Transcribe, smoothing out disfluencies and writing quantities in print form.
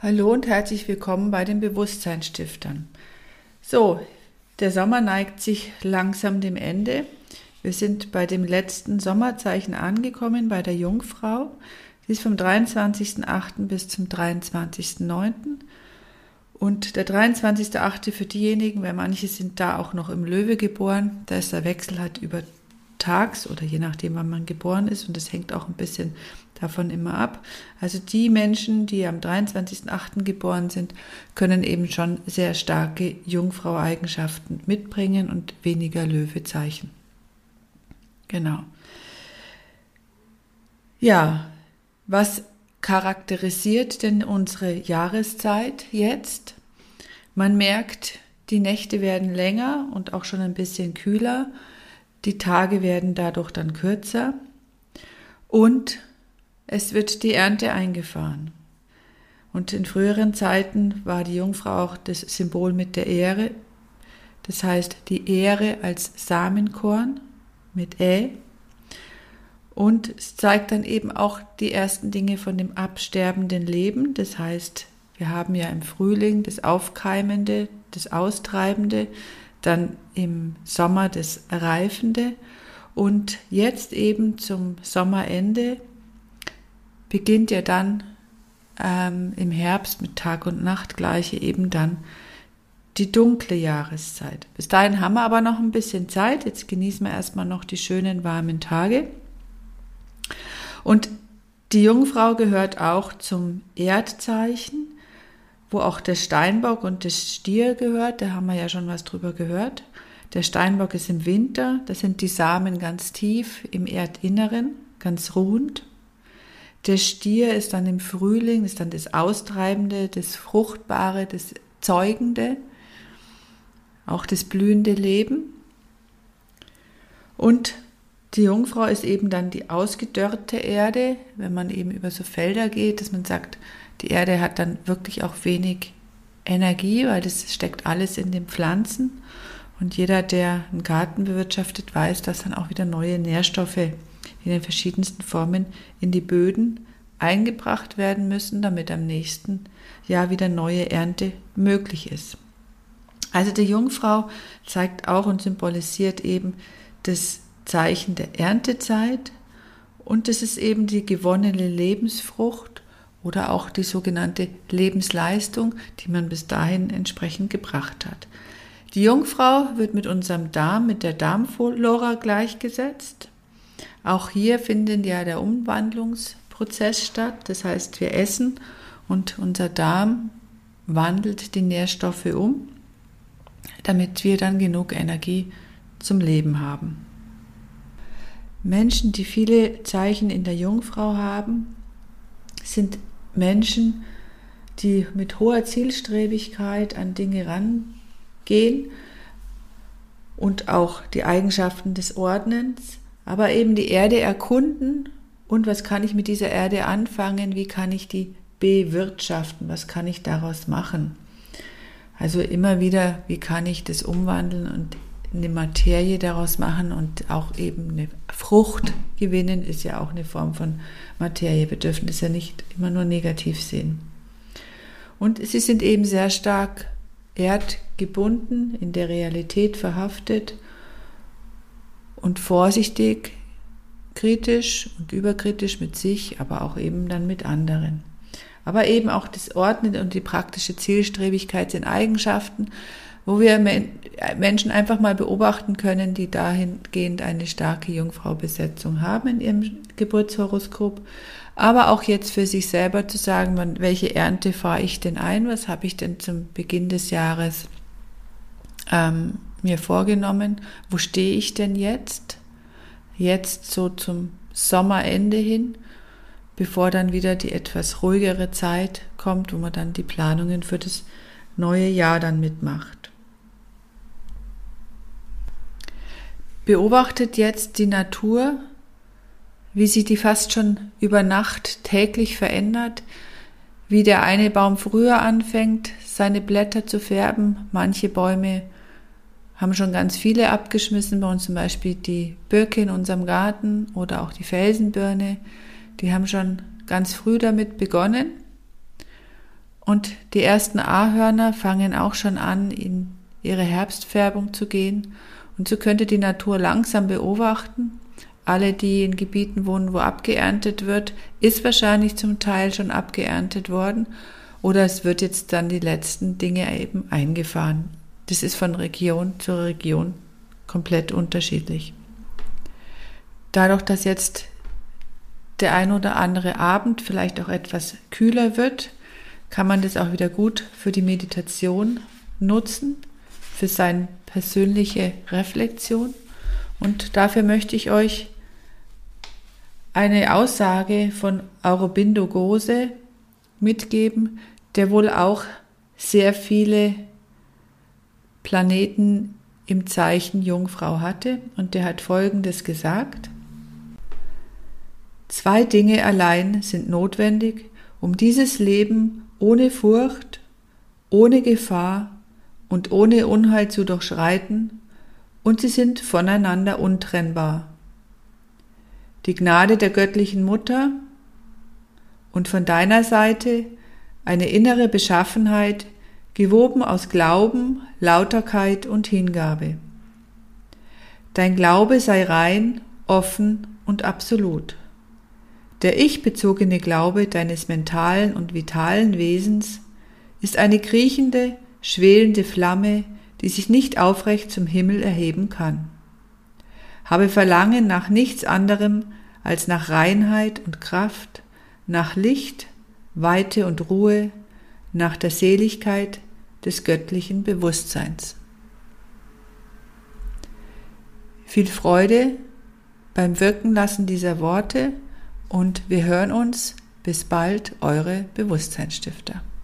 Hallo und herzlich willkommen bei den Bewusstseinsstiftern. So, der Sommer neigt sich langsam dem Ende. Wir sind bei dem letzten Sommerzeichen angekommen, bei der Jungfrau. Sie ist vom 23.08. bis zum 23.09. Und der 23.08. für diejenigen, weil manche sind da auch noch im Löwe geboren, da ist der Wechsel halt über tags oder je nachdem, wann man geboren ist, und das hängt auch ein bisschen davon immer ab. Also die Menschen, die am 23.08. geboren sind, können eben schon sehr starke Jungfrau-Eigenschaften mitbringen und weniger Löwezeichen. Genau. Ja, was charakterisiert denn unsere Jahreszeit jetzt? Man merkt, die Nächte werden länger und auch schon ein bisschen kühler. Die Tage werden dadurch dann kürzer und es wird die Ernte eingefahren. Und in früheren Zeiten war die Jungfrau auch das Symbol mit der Ähre. Das heißt, die Ähre als Samenkorn mit Ä. Und es zeigt dann eben auch die ersten Dinge von dem absterbenden Leben. Das heißt, wir haben ja im Frühling das Aufkeimende, das Austreibende, dann im Sommer das Reifende und jetzt eben zum Sommerende beginnt ja dann im Herbst mit Tag und Nacht gleiche eben dann die dunkle Jahreszeit. Bis dahin haben wir aber noch ein bisschen Zeit. Jetzt genießen wir erstmal noch die schönen warmen Tage. Und die Jungfrau gehört auch zum Erdzeichen, wo auch der Steinbock und der Stier gehört. Da haben wir ja schon was drüber gehört. Der Steinbock ist im Winter, da sind die Samen ganz tief im Erdinneren, ganz ruhend. Der Stier ist dann im Frühling, ist dann das Austreibende, das Fruchtbare, das Zeugende, auch das blühende Leben. Und die Jungfrau ist eben dann die ausgedörrte Erde, wenn man eben über so Felder geht, dass man sagt, die Erde hat dann wirklich auch wenig Energie, weil das steckt alles in den Pflanzen. Und jeder, der einen Garten bewirtschaftet, weiß, dass dann auch wieder neue Nährstoffe in den verschiedensten Formen in die Böden eingebracht werden müssen, damit am nächsten Jahr wieder neue Ernte möglich ist. Also die Jungfrau zeigt auch und symbolisiert eben das Zeichen der Erntezeit und das ist eben die gewonnene Lebensfrucht oder auch die sogenannte Lebensleistung, die man bis dahin entsprechend gebracht hat. Die Jungfrau wird mit unserem Darm, mit der Darmflora gleichgesetzt. Auch hier findet ja der Umwandlungsprozess statt. Das heißt, wir essen und unser Darm wandelt die Nährstoffe um, damit wir dann genug Energie zum Leben haben. Menschen, die viele Zeichen in der Jungfrau haben, sind Menschen, die mit hoher Zielstrebigkeit an Dinge rangehen und auch die Eigenschaften des Ordnens, aber eben die Erde erkunden und was kann ich mit dieser Erde anfangen, wie kann ich die bewirtschaften, was kann ich daraus machen. Also immer wieder, wie kann ich das umwandeln und eine Materie daraus machen und auch eben eine Frucht gewinnen, ist ja auch eine Form von Materie. Wir dürfen das ja nicht immer nur negativ sehen. Und sie sind eben sehr stark erdgebunden, in der Realität verhaftet und vorsichtig, kritisch und überkritisch mit sich, aber auch eben dann mit anderen. Aber eben auch das Ordnen und die praktische Zielstrebigkeit sind Eigenschaften, wo wir Menschen einfach mal beobachten können, die dahingehend eine starke Jungfrau-Besetzung haben in ihrem Geburtshoroskop. Aber auch jetzt für sich selber zu sagen, welche Ernte fahre ich denn ein, was habe ich denn zum Beginn des Jahres mir vorgenommen, wo stehe ich denn jetzt so zum Sommerende hin, bevor dann wieder die etwas ruhigere Zeit kommt, wo man dann die Planungen für das neue Jahr dann mitmacht. Beobachtet jetzt die Natur, wie sie die fast schon über Nacht täglich verändert, wie der eine Baum früher anfängt, seine Blätter zu färben. Manche Bäume haben schon ganz viele abgeschmissen, bei uns zum Beispiel die Birke in unserem Garten oder auch die Felsenbirne, die haben schon ganz früh damit begonnen. und die ersten Ahorner fangen auch schon an, in ihre Herbstfärbung zu gehen. Und so könnt ihr die Natur langsam beobachten. Alle, die in Gebieten wohnen, wo abgeerntet wird, ist wahrscheinlich zum Teil schon abgeerntet worden. Oder es wird jetzt dann die letzten Dinge eben eingefahren. Das ist von Region zu Region komplett unterschiedlich. Dadurch, dass jetzt der ein oder andere Abend vielleicht auch etwas kühler wird, kann man das auch wieder gut für die Meditation nutzen, für seine persönliche Reflexion. Und dafür möchte ich euch eine Aussage von Aurobindo Ghose mitgeben, der wohl auch sehr viele Planeten im Zeichen Jungfrau hatte. Und der hat Folgendes gesagt: 2 Dinge allein sind notwendig, um dieses Leben ohne Furcht, ohne Gefahr und ohne Unheil zu durchschreiten, und sie sind voneinander untrennbar. Die Gnade der göttlichen Mutter und von deiner Seite eine innere Beschaffenheit, gewoben aus Glauben, Lauterkeit und Hingabe. Dein Glaube sei rein, offen und absolut. Der ich-bezogene Glaube deines mentalen und vitalen Wesens ist eine kriechende, schwelende Flamme, die sich nicht aufrecht zum Himmel erheben kann. Habe Verlangen nach nichts anderem als nach Reinheit und Kraft, nach Licht, Weite und Ruhe, nach der Seligkeit des göttlichen Bewusstseins. Viel Freude beim Wirkenlassen dieser Worte und wir hören uns. Bis bald, eure Bewusstseinsstifter.